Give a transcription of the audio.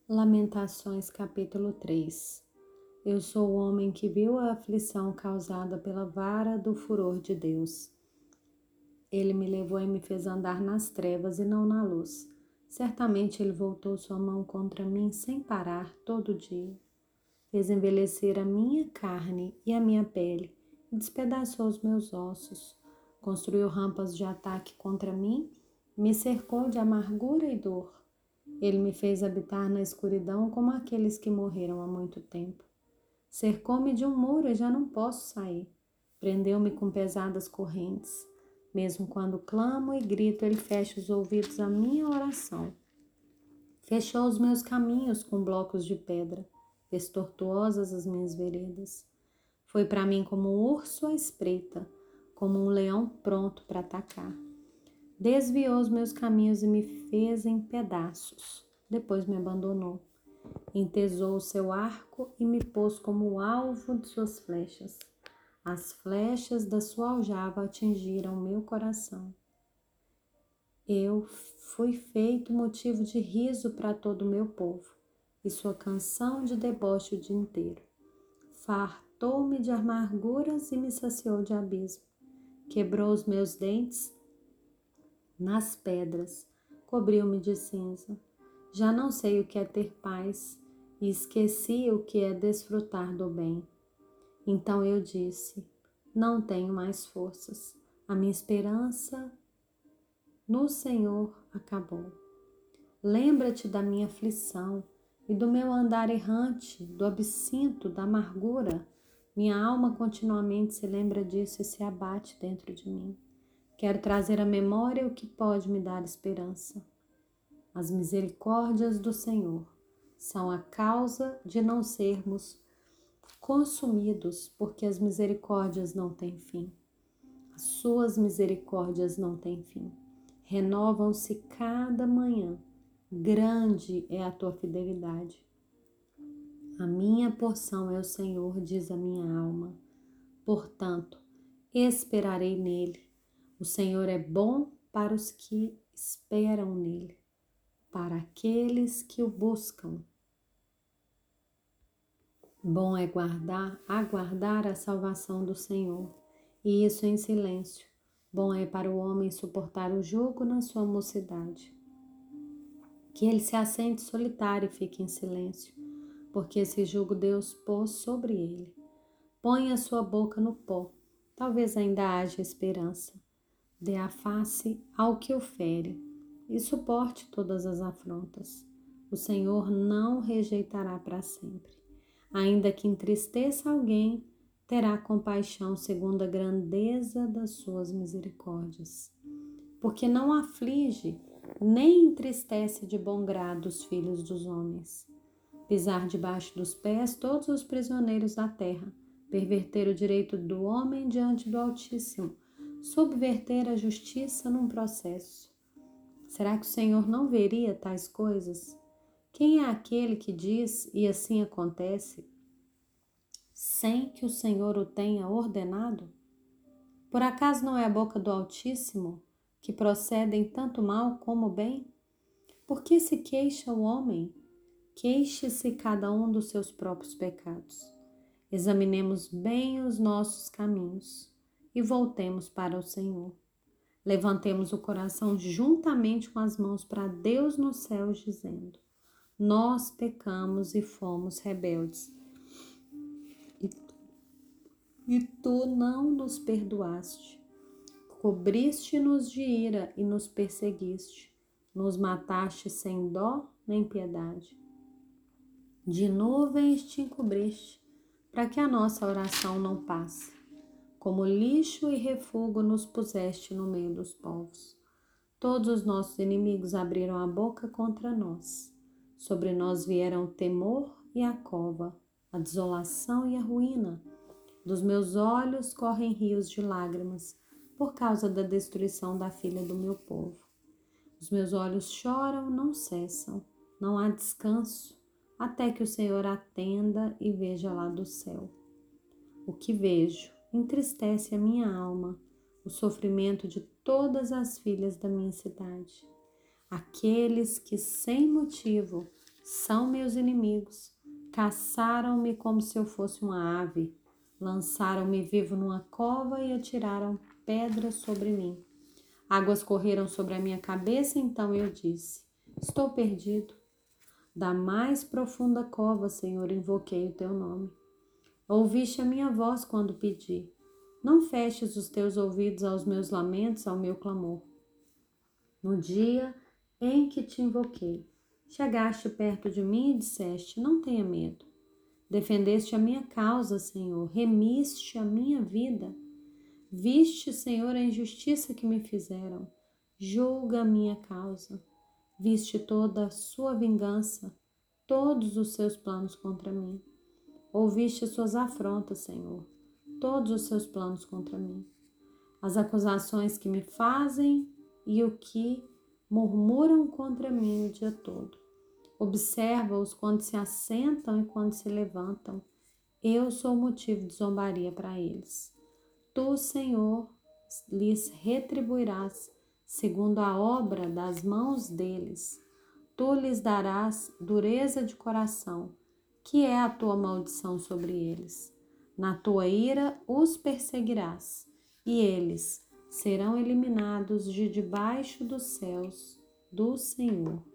Lamentações capítulo 3. Eu sou o homem que viu a aflição causada pela vara do furor de Deus. Ele me levou e me fez andar nas trevas e não na luz. Certamente ele voltou sua mão contra mim sem parar todo dia. Fez envelhecer a minha carne e a minha pele e despedaçou os meus ossos. Construiu rampas de ataque contra mim, me cercou de amargura e dor. Ele me fez habitar na escuridão como aqueles que morreram há muito tempo. Cercou-me de um muro e já não posso sair. Prendeu-me com pesadas correntes. Mesmo quando clamo e grito, ele fecha os ouvidos à minha oração. Fechou os meus caminhos com blocos de pedra. Fez tortuosas as minhas veredas. Foi para mim como um urso à espreita, como um leão pronto para atacar. Desviou os meus caminhos e me fez em pedaços. Depois me abandonou. Entesou o seu arco e me pôs como o alvo de suas flechas. As flechas da sua aljava atingiram meu coração. Eu fui feito motivo de riso para todo o meu povo, e sua canção de deboche o dia inteiro. Fartou-me de amarguras e me saciou de abismo. Quebrou os meus dentes nas pedras, cobriu-me de cinza. Já não sei o que é ter paz e esqueci o que é desfrutar do bem. Então eu disse: não tenho mais forças. A minha esperança no Senhor acabou. Lembra-te da minha aflição e do meu andar errante, do absinto, da amargura. Minha alma continuamente se lembra disso e se abate dentro de mim. Quero trazer à memória o que pode me dar esperança. As misericórdias do Senhor são a causa de não sermos consumidos, porque as misericórdias não têm fim. As suas misericórdias não têm fim. Renovam-se cada manhã. Grande é a tua fidelidade. A minha porção é o Senhor, diz a minha alma. Portanto, esperarei nele. O Senhor é bom para os que esperam nele, para aqueles que o buscam. Bom é aguardar a salvação do Senhor, e isso em silêncio. Bom é para o homem suportar o jugo na sua mocidade. Que ele se assente solitário e fique em silêncio, porque esse jugo Deus pôs sobre ele. Põe a sua boca no pó, talvez ainda haja esperança. Dê a face ao que o fere e suporte todas as afrontas. O Senhor não rejeitará para sempre. Ainda que entristeça alguém, terá compaixão segundo a grandeza das suas misericórdias. Porque não aflige, nem entristece de bom grado os filhos dos homens. Pisar debaixo dos pés todos os prisioneiros da terra, perverter o direito do homem diante do Altíssimo, subverter a justiça num processo. Será que o Senhor não veria tais coisas? Quem é aquele que diz e assim acontece, sem que o Senhor o tenha ordenado? Por acaso não é a boca do Altíssimo que procedem tanto mal como bem? Por que se queixa o homem? Queixe-se cada um dos seus próprios pecados. Examinemos bem os nossos caminhos e voltemos para o Senhor. Levantemos o coração juntamente com as mãos para Deus nos céus, dizendo: nós pecamos e fomos rebeldes, e tu não nos perdoaste. Cobriste-nos de ira e nos perseguiste. Nos mataste sem dó nem piedade. De nuvens te encobriste, para que a nossa oração não passe. Como lixo e refúgio nos puseste no meio dos povos. Todos os nossos inimigos abriram a boca contra nós. Sobre nós vieram o temor e a cova, a desolação e a ruína. Dos meus olhos correm rios de lágrimas, por causa da destruição da filha do meu povo. Os meus olhos choram, não cessam, não há descanso, até que o Senhor atenda e veja lá do céu. O que vejo entristece a minha alma, o sofrimento de todas as filhas da minha cidade. Aqueles que sem motivo São meus inimigos. Caçaram-me como se eu fosse uma ave. Lançaram-me vivo numa cova e atiraram pedras sobre mim. Águas correram sobre a minha cabeça, então eu disse: estou perdido. Da mais profunda cova, Senhor, invoquei o teu nome. Ouviste a minha voz quando pedi. Não feches os teus ouvidos aos meus lamentos, ao meu clamor. No dia em que te invoquei, chegaste perto de mim e disseste: não tenha medo. Defendeste a minha causa, Senhor, remiste a minha vida. Viste, Senhor, a injustiça que me fizeram. Julga a minha causa. Viste toda a sua vingança, todos os seus planos contra mim. Ouviste suas afrontas, Senhor, todos os seus planos contra mim. As acusações que me fazem e o que murmuram contra mim o dia todo. Observa-os quando se assentam e quando se levantam. Eu sou motivo de zombaria para eles. Tu, Senhor, lhes retribuirás segundo a obra das mãos deles. Tu lhes darás dureza de coração, que é a tua maldição sobre eles. Na tua ira os perseguirás, e eles serão eliminados de debaixo dos céus do Senhor.